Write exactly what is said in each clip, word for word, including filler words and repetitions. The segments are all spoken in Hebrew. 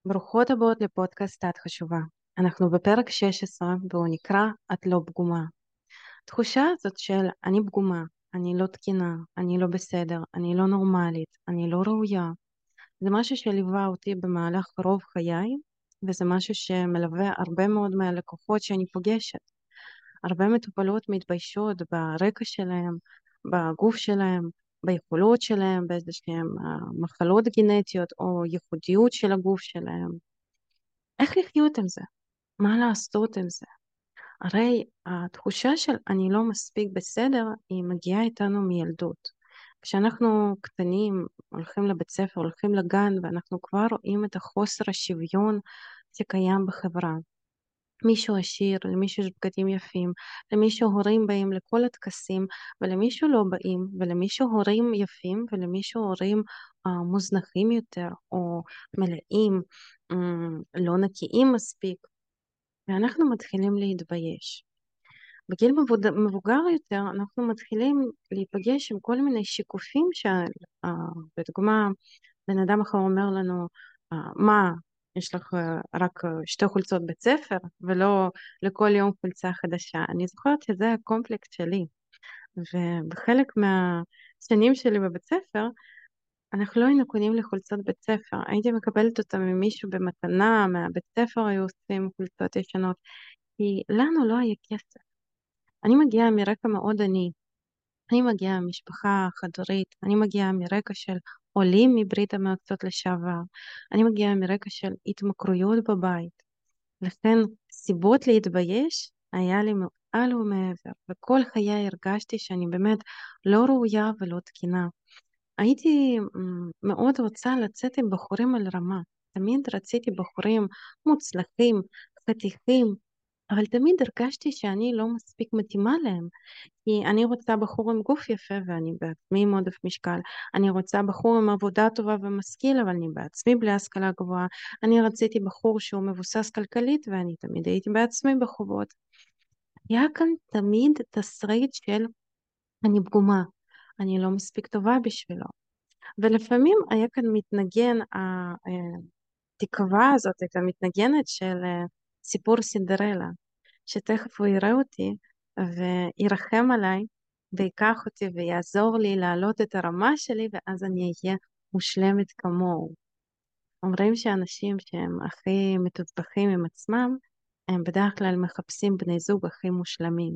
ברוכות הבאות לפודקאסט את חשובה. אנחנו בפרק שש עשרה והוא נקרא את לא פגומה. התחושה הזאת של אני פגומה, אני לא תקינה, אני לא בסדר, אני לא נורמלית, אני לא ראויה, זה משהו שליווה אותי במהלך רוב חיי, וזה משהו שמלווה הרבה מאוד מהלקוחות שאני פוגשת. הרבה מטופלות מתביישות ברקע שלהם, בגוף שלהם, ביכולות שלהם, באיזה שהם אה, מחלות גנטיות או ייחודיות של הגוף שלהם. איך לחיות עם זה? מה לעשות עם זה? הרי התחושה של אני לא מספיק בסדר היא מגיעה איתנו מילדות. כשאנחנו קטנים, הולכים לבית ספר, הולכים לגן, ואנחנו כבר רואים את החוסר השוויון שקיים בחברה. מישהו עשיר, למישהו יש בגדים יפים, למישהו הורים באים לכל הטקסים, ולמישהו לא באים, ולמישהו הורים יפים, ולמישהו הורים אה, מוזנחים יותר, או מלאים, אמ, לא נקיים מספיק. ואנחנו מתחילים להתבייש. בגיל מבוד- מבוגר יותר אנחנו מתחילים להיפגש עם כל מיני שיקופים של, אה, לדוגמה, בן אדם אחר אומר לנו, אה, מה, יש לך אה, רק אה, שתי חולצות בית ספר ולא לכל יום חולצה חדשה. אני זוכרת שזה הקומפלקס שלי, ובחלק מהשנים שלי בבית ספר אנחנו לא היינו קונים לי חולצות בית ספר, הייתי מקבלת אותם ממישהו במתנה, מהבית ספר היו עושים חולצות ישנות, כי לנו לא היה כסף. אני מגיעה מרקע מאוד עני, אני מגיעה ממשפחה חד-הורית, אני מגיעה מרקע של עולים מברית המועצות לשעבר, אני מגיעה מרקע של התמכרויות בבית, לכן סיבות להתבייש היה לי מעל ומעבר, וכל חיי הרגשתי שאני באמת לא ראויה ולא תקינה. הייתי מ, מאוד רוצה לצאת עם בחורים על רמה, תמיד רציתי בחורים מוצלחים, חתיכים, אבל תמיד הרגשתי שאני לא מספיק מתאימה להם, כי אני רוצה בחור עם גוף יפה ואני בעצמי עם עודף משקל, אני רוצה בחור עם עבודה טובה ומשכיל אבל אני בעצמי בלי השכלה גבוהה, אני רציתי בחור שהוא מבוסס כלכלית ואני תמיד הייתי בעצמי בחובות. היה כאן תמיד תסריט של אני פגומה, אני לא מספיק טובה בשבילו, ולפעמים היה כאן מתנגן, התקווה הזאת הייתה מתנגנת של אה, סיפור סינדרלה, שתכף הוא יראה אותי וירחם עליי ויקח אותי ויעזור לי להעלות את הרמה שלי ואז אני אהיה מושלמת כמוהו. אומרים שאנשים שהם הכי מתוסבכים עם עצמם הם בדרך כלל מחפשים בני זוג הכי מושלמים.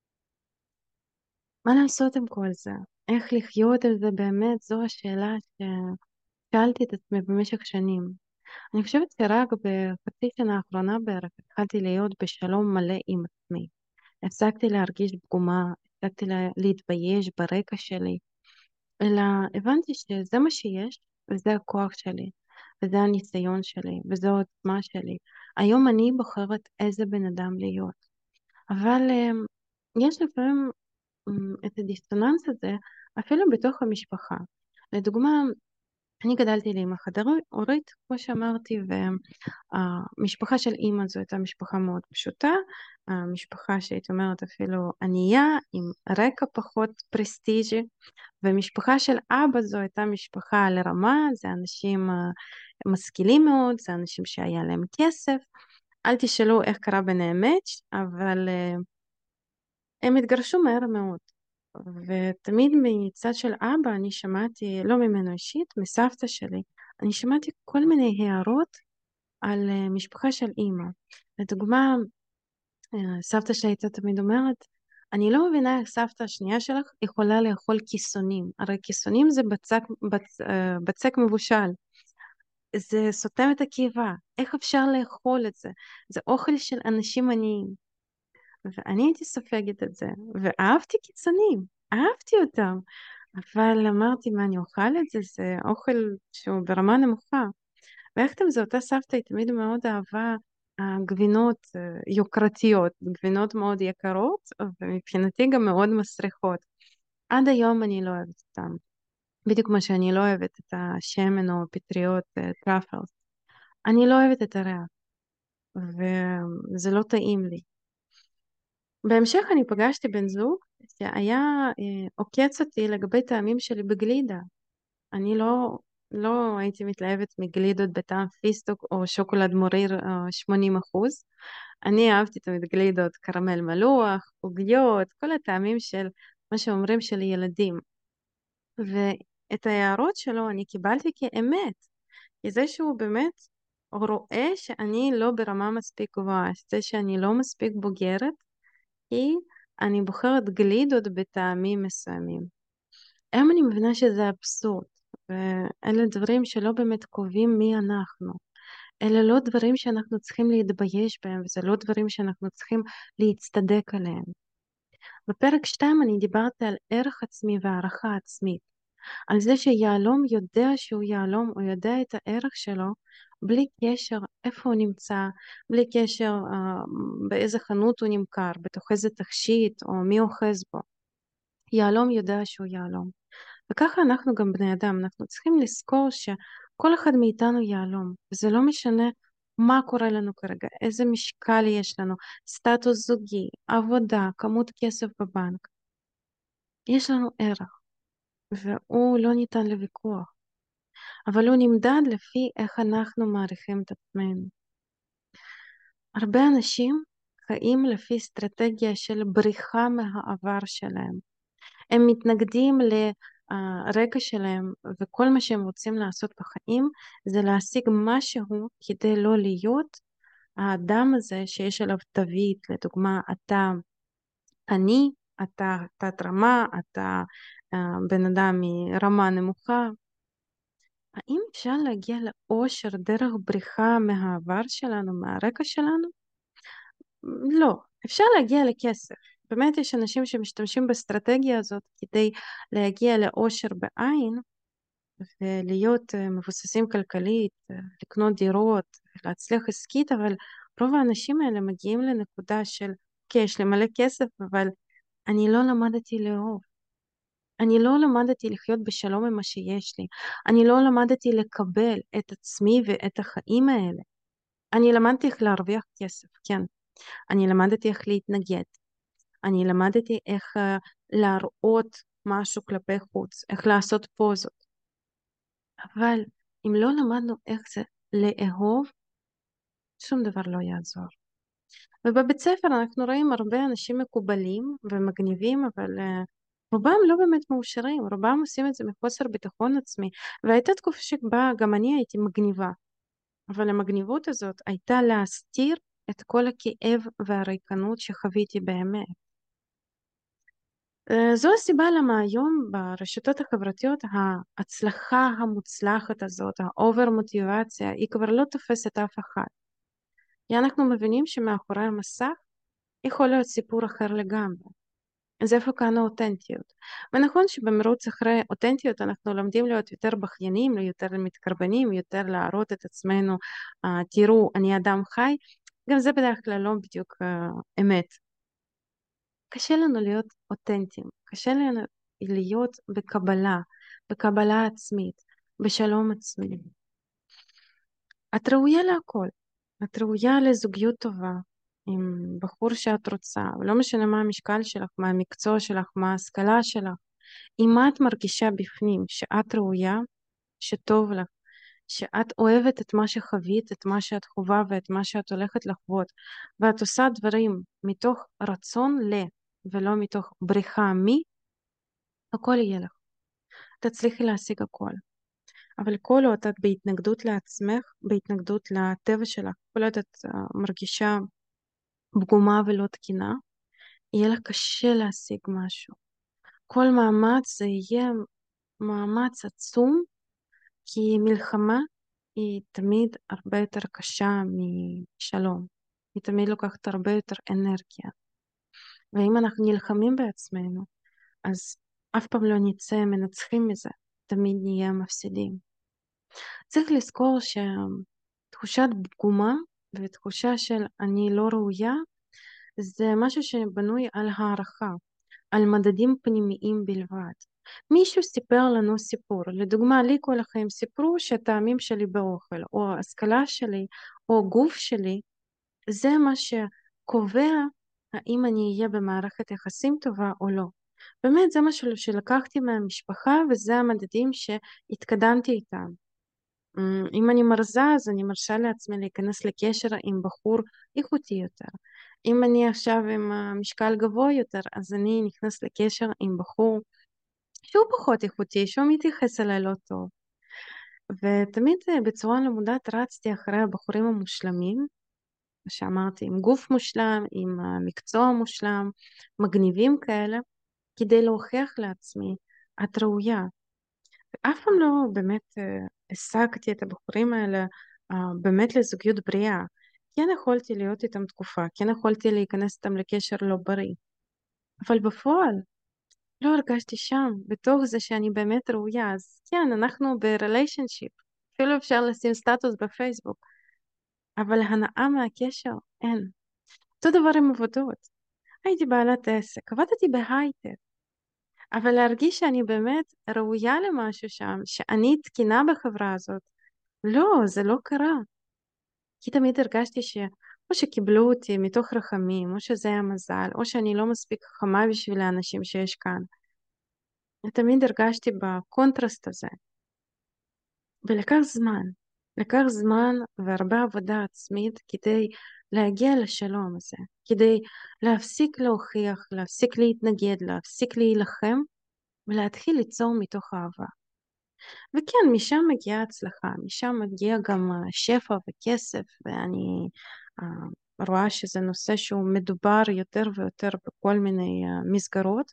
מה לעשות עם כל זה? איך לחיות עם זה באמת? זו השאלה ששאלתי את עצמי במשך שנים. אני חושבת שרק בחצי שנה האחרונה בערך התחלתי להיות בשלום מלא עם עצמי. הפסקתי להרגיש פגומה, הפסקתי לה- להתבייש ברקע שלי, אלא הבנתי שזה מה שיש, וזה הכוח שלי, וזה הניסיון שלי, וזו העוצמה שלי. היום אני בוחרת איזה בן אדם להיות. אבל אמ, יש לפעמים אמ, את הדיסטוננס הזה אפילו בתוך המשפחה. לדוגמה, אני גדלתי לאמא חד-הורית, כמו שאמרתי, והמשפחה של אימא זו הייתה משפחה מאוד פשוטה, המשפחה שהייתי אומרת אפילו ענייה, עם רקע פחות פרסטיג'י, ומשפחה של אבא זו הייתה משפחה על רמה, זה אנשים אה, משכילים מאוד, זה אנשים שהיה להם כסף, אל תשאלו איך קרה ביניהם מאץ', אבל אה, הם התגרשו מהר מאוד. ותמיד מצד של אבא אני שמעתי, לא ממנו אישית, מסבתא שלי, אני שמעתי כל מיני הערות על אה, משפחה של אימא. לדוגמה, אה, סבתא שלי הייתה תמיד אומרת, אני לא מבינה איך סבתא השנייה שלך יכולה לאכול כיסונים. הרי כיסונים זה בצק, בצ, אה, בצק מבושל. זה סותם את הקיבה. איך אפשר לאכול את זה? זה אוכל של אנשים עניים. ואני הייתי סופגת את זה. ואהבתי קיצונים. אהבתי אותם. אבל אמרתי, מה אני אוכל את זה? זה אוכל שהוא ברמה נמוכה. ויחד עם זה, אותה סבתא היא תמיד מאוד אהבה אה, גבינות אה, יוקרתיות, גבינות מאוד יקרות, ומבחינתי גם מאוד מסריחות. עד היום אני לא אוהבת אותן. בדיוק כמו שאני לא אוהבת את השמן או פטריות אה, טראפלס. אני לא אוהבת את הריח, וזה לא טעים לי. בהמשך אני פגשתי בן זוג שהיה אה, עוקץ אותי לגבי טעמים שלי בגלידה. אני לא לא הייתי מתלהבת מגלידות בטעם פיסטוק או שוקולד מוריר אה, שמונים אחוז. אני אהבתי תמיד גלידות, קרמל מלוח, עוגיות, כל הטעמים של מה שאומרים של ילדים. ואת ההערות שלו אני קיבלתי כאמת, כי זה שהוא באמת רואה שאני לא ברמה מספיק גבוהה, זה שאני לא מספיק בוגרת, כי אני בוחרת גלידות בטעמים מסוימים. היום אני מבינה שזה אבסורד, ואלה דברים שלא באמת קובעים מי אנחנו. אלה לא דברים שאנחנו צריכים להתבייש בהם, וזה לא דברים שאנחנו צריכים להצטדק עליהם. בפרק שתיים אני דיברתי על ערך עצמי והערכה עצמית, על זה שיהלום יודע שהוא יהלום, הוא יודע את הערך שלו, בלי קשר איפה הוא נמצא, בלי קשר אה, באיזה חנות הוא נמכר, בתוך איזה תכשיט או מי אוחז בו. יהלום יודע שהוא יהלום. וככה אנחנו גם בני אדם, אנחנו צריכים לזכור שכל אחד מאיתנו יהלום, וזה לא משנה מה קורה לנו כרגע, איזה משקל יש לנו, סטטוס זוגי, עבודה, כמות כסף בבנק. יש לנו ערך, והוא לא ניתן לוויכוח, אבל הוא נמדד לפי איך אנחנו מעריכים את עצמנו. הרבה אנשים חיים לפי אסטרטגיה של בריחה מהעבר שלהם. הם מתנגדים לרקע שלהם, וכל מה שהם רוצים לעשות בחיים זה להשיג משהו כדי לא להיות האדם הזה שיש עליו תווית. לדוגמה, אתה עני, אתה תת רמה, אתה אה, בן אדם מרמה נמוכה. האם אפשר להגיע לאושר דרך בריחה מהעבר שלנו, מהרקע שלנו? לא. אפשר להגיע לכסף. באמת יש אנשים שמשתמשים באסטרטגיה הזאת כדי להגיע לאושר בעין ולהיות אה, מבוססים כלכלית, אה, לקנות דירות, להצליח עסקית, אבל רוב האנשים האלה מגיעים לנקודה של, אוקיי, יש לי מלא כסף, אבל אני לא למדתי לאהוב. אני לא למדתי לחיות בשלום עם מה שיש לי. אני לא למדתי לקבל את עצמי ואת החיים האלה. אני למדתי איך להרוויח כסף, כן. אני למדתי איך להתנגד. אני למדתי איך uh, להראות משהו כלפי חוץ, איך לעשות פוזות. אבל אם לא למדנו איך זה לאהוב, שום דבר לא יעזור. ובבית ספר אנחנו רואים הרבה אנשים מקובלים ומגניבים, אבל uh, רובם לא באמת מאושרים, רובם עושים את זה מחוסר ביטחון עצמי. והייתה תקופה שבה גם אני הייתי מגניבה, אבל המגניבות הזאת הייתה להסתיר את כל הכאב והריקנות שחוויתי באמת. אה, זו הסיבה למה היום ברשתות החברתיות ההצלחה המוצלחת הזאת, האובר מוטיבציה, היא כבר לא תופסת אף אחד. כי אנחנו מבינים שמאחורי המסך יכול להיות סיפור אחר לגמרי. אז איפה כאן האותנטיות? ונכון שבמרוץ אחרי אותנטיות אנחנו לומדים להיות יותר בכיינים, יותר מתקרבנים, יותר להראות את עצמנו, אה, תראו, אני אדם חי, גם זה בדרך כלל לא בדיוק אה, אמת. קשה לנו להיות אותנטיים, קשה לנו להיות בקבלה, בקבלה עצמית, בשלום עצמי. את ראויה להכל, את ראויה לזוגיות טובה, עם בחור שאת רוצה, ולא משנה מה המשקל שלך, מה המקצוע שלך, מה ההשכלה שלך. אם את מרגישה בפנים שאת ראויה, שטוב לך, שאת אוהבת את מה שחווית, את מה שאת חווה ואת מה שאת הולכת לחוות, ואת עושה דברים מתוך רצון ל, ולא מתוך בריחה מי, הכל יהיה לך. תצליחי להשיג הכל. אבל כל עוד את בהתנגדות לעצמך, בהתנגדות לטבע שלך, כל עוד את uh, מרגישה פגומה ולא תקינה, יהיה לך קשה להשיג משהו. כל מאמץ זה יהיה מאמץ עצום, כי מלחמה היא תמיד הרבה יותר קשה משלום. היא תמיד לוקחת הרבה יותר אנרגיה. ואם אנחנו נלחמים בעצמנו, אז אף פעם לא נצא מנצחים מזה, תמיד נהיה מפסידים. צריך לזכור שתחושת פגומה ותחושה של אני לא ראויה, זה משהו שבנוי על הערכה, על מדדים פנימיים בלבד. מישהו סיפר לנו סיפור, לדוגמה לי כל החיים סיפרו שהטעמים שלי באוכל, או ההשכלה שלי, או גוף שלי, זה מה שקובע האם אני אהיה במערכת יחסים טובה או לא. באמת זה משהו שלקחתי מהמשפחה, וזה המדדים שהתקדמתי איתם. אמ, אם אני מרזה, אז אני מרשה לעצמי להיכנס לקשר עם בחור איכותי יותר. אם אני עכשיו עם אה, משקל גבוה יותר, אז אני נכנס לקשר עם בחור שהוא פחות איכותי, שהוא מתייחס אליי לא טוב. ותמיד אה, בצורה לא מודעת רצתי אחרי הבחורים המושלמים, מה שאמרתי, עם גוף מושלם, עם אה, מקצוע מושלם, מגניבים כאלה, כדי להוכיח לעצמי, את ראויה. אף פעם לא באמת אה, השגתי את הבחורים האלה אה, באמת לזוגיות בריאה. כן יכולתי להיות איתם תקופה, כן יכולתי להיכנס איתם לקשר לא בריא, אבל בפועל לא הרגשתי שם, בתוך זה שאני באמת ראויה. אז כן, אנחנו בריליישנשיפ, אפילו אפשר לשים סטטוס בפייסבוק, אבל הנאה מהקשר אין. אותו דבר עם עבודות. הייתי בעלת עסק, עבדתי בהייטק, אבל להרגיש שאני באמת ראויה למשהו שם, שאני תקינה בחברה הזאת, לא, זה לא קרה. כי תמיד הרגשתי שאו שקיבלו אותי מתוך רחמים, או שזה היה מזל, או שאני לא מספיק חכמה בשביל האנשים שיש כאן. ותמיד הרגשתי בקונטרסט הזה. ולקח זמן, לקח זמן והרבה עבודה עצמית כדי להגיע לשלום הזה, כדי להפסיק להוכיח, להפסיק להתנגד, להפסיק להילחם, ולהתחיל ליצור מתוך אהבה. וכן, משם מגיעה הצלחה, משם מגיע גם אה, שפע וכסף, ואני אה, רואה שזה נושא שהוא מדובר יותר ויותר בכל מיני אה, מסגרות,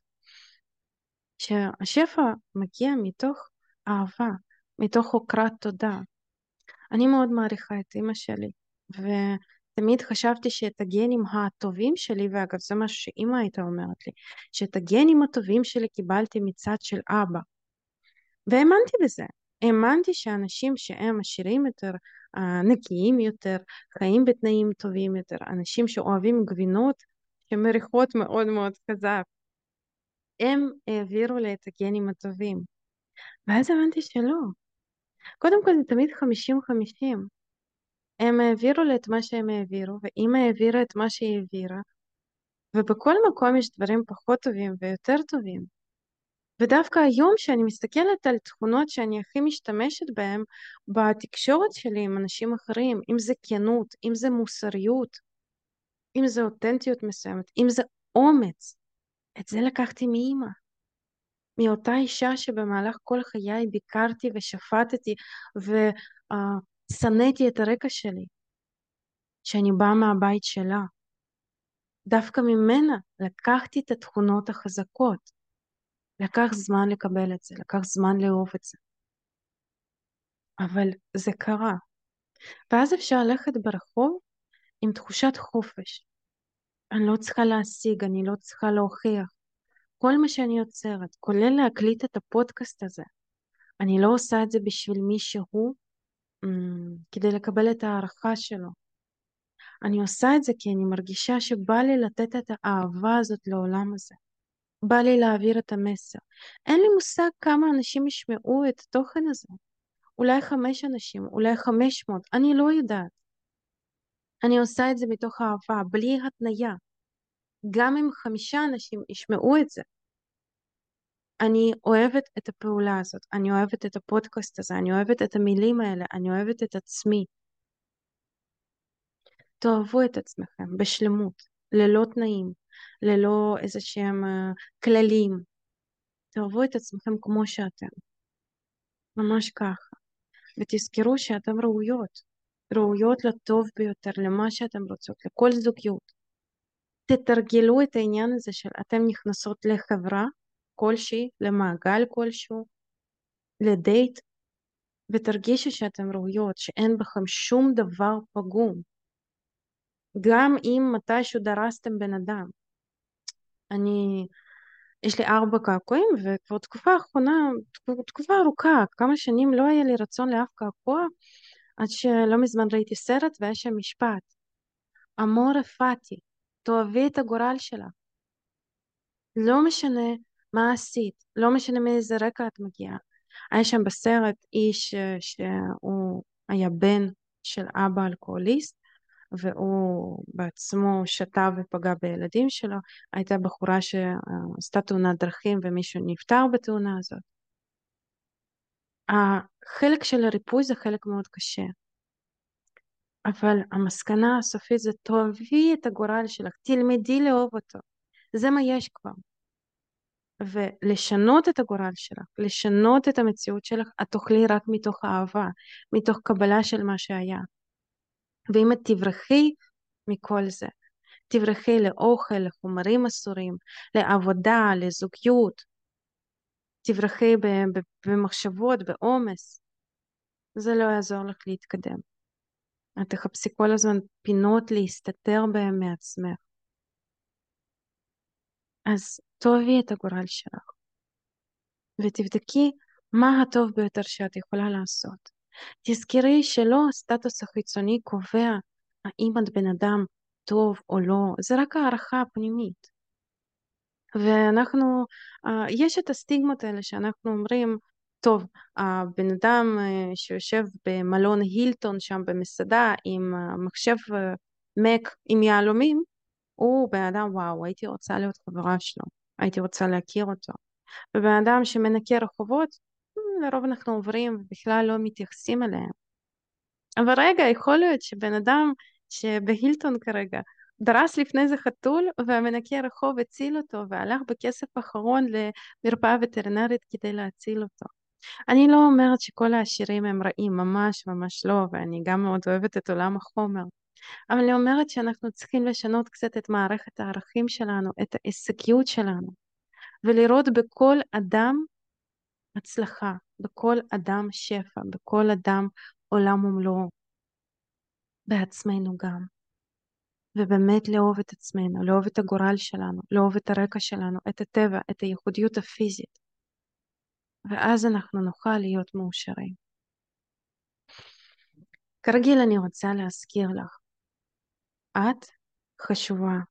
שהשפע מגיע מתוך אהבה, מתוך הוקרת תודה. אני מאוד מעריכה את אמא שלי, ותמיד חשבתי שאת הגנים הטובים שלי, ואגב זה מה שאמא הייתה אומרת לי, שאת הגנים הטובים שלי קיבלתי מצד של אבא. והאמנתי בזה. האמנתי שאנשים שהם עשירים יותר, אה, נקיים יותר, חיים בתנאים טובים יותר, אנשים שאוהבים גבינות שמריחות מאוד מאוד חזק, הם העבירו לי את הגנים הטובים. ואז הבנתי שלא. קודם כל זה תמיד חמישים חמישים. הם העבירו לי את מה שהם העבירו, ואמא העבירה את מה שהיא העבירה, ובכל מקום יש דברים פחות טובים ויותר טובים. ודווקא היום שאני מסתכלת על תכונות שאני הכי משתמשת בהן בתקשורת שלי עם אנשים אחרים, אם זה כנות, אם זה מוסריות, אם זה אותנטיות מסוימת, אם זה אומץ, את זה לקחתי מאמא, מאותה אישה שבמהלך כל חיי ביקרתי ושפטתי ושנאתי את הרקע שלי, שאני באה מהבית שלה. דווקא ממנה לקחתי את התכונות החזקות. לקח זמן לקבל את זה, לקח זמן לאהוב את זה. אבל זה קרה. ואז אפשר ללכת ברחוב עם תחושת חופש. אני לא צריכה להשיג, אני לא צריכה להוכיח. כל מה שאני יוצרת, כולל להקליט את הפודקאסט הזה, אני לא עושה את זה בשביל מישהו אמ, כדי לקבל את הערכה שלו. אני עושה את זה כי אני מרגישה שבא לי לתת את האהבה הזאת לעולם הזה. בא לי להעביר את המסר. אין לי מושג כמה אנשים ישמעו את התוכן הזה. אולי חמש אנשים, אולי חמש מאות, אני לא יודעת. אני עושה את זה מתוך אהבה, בלי התניה. גם אם חמישה אנשים ישמעו את זה. אני אוהבת את הפעולה הזאת, אני אוהבת את הפודקאסט הזה, אני אוהבת את המילים האלה, אני אוהבת את עצמי. תאהבו את עצמכם בשלמות, ללא תנאים, ללא איזה שהם uh, כללים. תאהבו את עצמכם כמו שאתם, ממש ככה. ותזכרו שאתם ראויות, ראויות לטוב ביותר, למה שאתם רוצות, לכל זוגיות. תתרגלו את העניין הזה של אתם נכנסות לחברה כלשהי, למעגל כלשהו, לדייט, ותרגישו שאתם ראויות, שאין בכם שום דבר פגום. גם אם מתישהו דרסתם בן אדם. אני, יש לי ארבע קעקועים, וכבר תקופה האחרונה, תקופה ארוכה, כמה שנים לא היה לי רצון לאף קעקוע, עד שלא מזמן ראיתי סרט והיה שם משפט. אמור פאטי, תאהבי את הגורל שלה. לא משנה מה עשית, לא משנה מאיזה רקע את מגיעה. היה שם בסרט איש אה, שהוא היה בן של אבא אלכוהוליסט, והוא בעצמו שתה ופגע בילדים שלו. הייתה בחורה שעשתה תאונת דרכים ומישהו נפטר בתאונה הזאת. חלק של הריפוי זה חלק מאוד קשה, אבל המסקנה הסופית זה תאהבי את הגורל שלך, תלמדי לאהוב אותו. זה מה יש כבר. ולשנות את הגורל שלך, לשנות את המציאות שלך, את תוכלי רק מתוך אהבה, מתוך קבלה של מה שהיה. ואם את תברחי מכל זה, תברחי לאוכל, לחומרים אסורים, לעבודה, לזוגיות, תברחי ב- ב- במחשבות, בעומס, זה לא יעזור לך להתקדם. את תחפשי כל הזמן פינות להסתתר בהם מעצמך. אז תאהבי את הגורל שלך, ותבדקי מה הטוב ביותר שאת יכולה לעשות. תזכרי שלא הסטטוס החיצוני קובע האם את בן אדם טוב או לא, זה רק הערכה פנימית. ואנחנו, אה, יש את הסטיגמות האלה שאנחנו אומרים, טוב, הבן אדם אה, שיושב במלון הילטון שם במסעדה עם אה, מחשב אה, מק עם יהלומים, הוא בן אדם, וואו, הייתי רוצה להיות חברה שלו, הייתי רוצה להכיר אותו. ובן אדם שמנקה רחובות, אה, לרוב אנחנו עוברים ובכלל לא מתייחסים אליהם. אבל רגע, יכול להיות שבן אדם שבהילטון כרגע דרס לפני זה חתול והמנקה הרחוב הציל אותו והלך בכסף אחרון למרפאה וטרינרית כדי להציל אותו. אני לא אומרת שכל העשירים הם רעים, ממש ממש לא, ואני גם מאוד אוהבת את עולם החומר. אבל אני אומרת שאנחנו צריכים לשנות קצת את מערכת הערכים שלנו, את ההישגיות שלנו, ולראות בכל אדם הצלחה, בכל אדם שפע, בכל אדם עולם ומלואו. בעצמנו גם, ובאמת לאהוב את עצמנו, לאהוב את הגורל שלנו, לאהוב את הרקע שלנו, את הטבע, את הייחודיות הפיזית, ואז אנחנו נוכל להיות מאושרים. כרגיל אני רוצה להזכיר לך, את חשובה,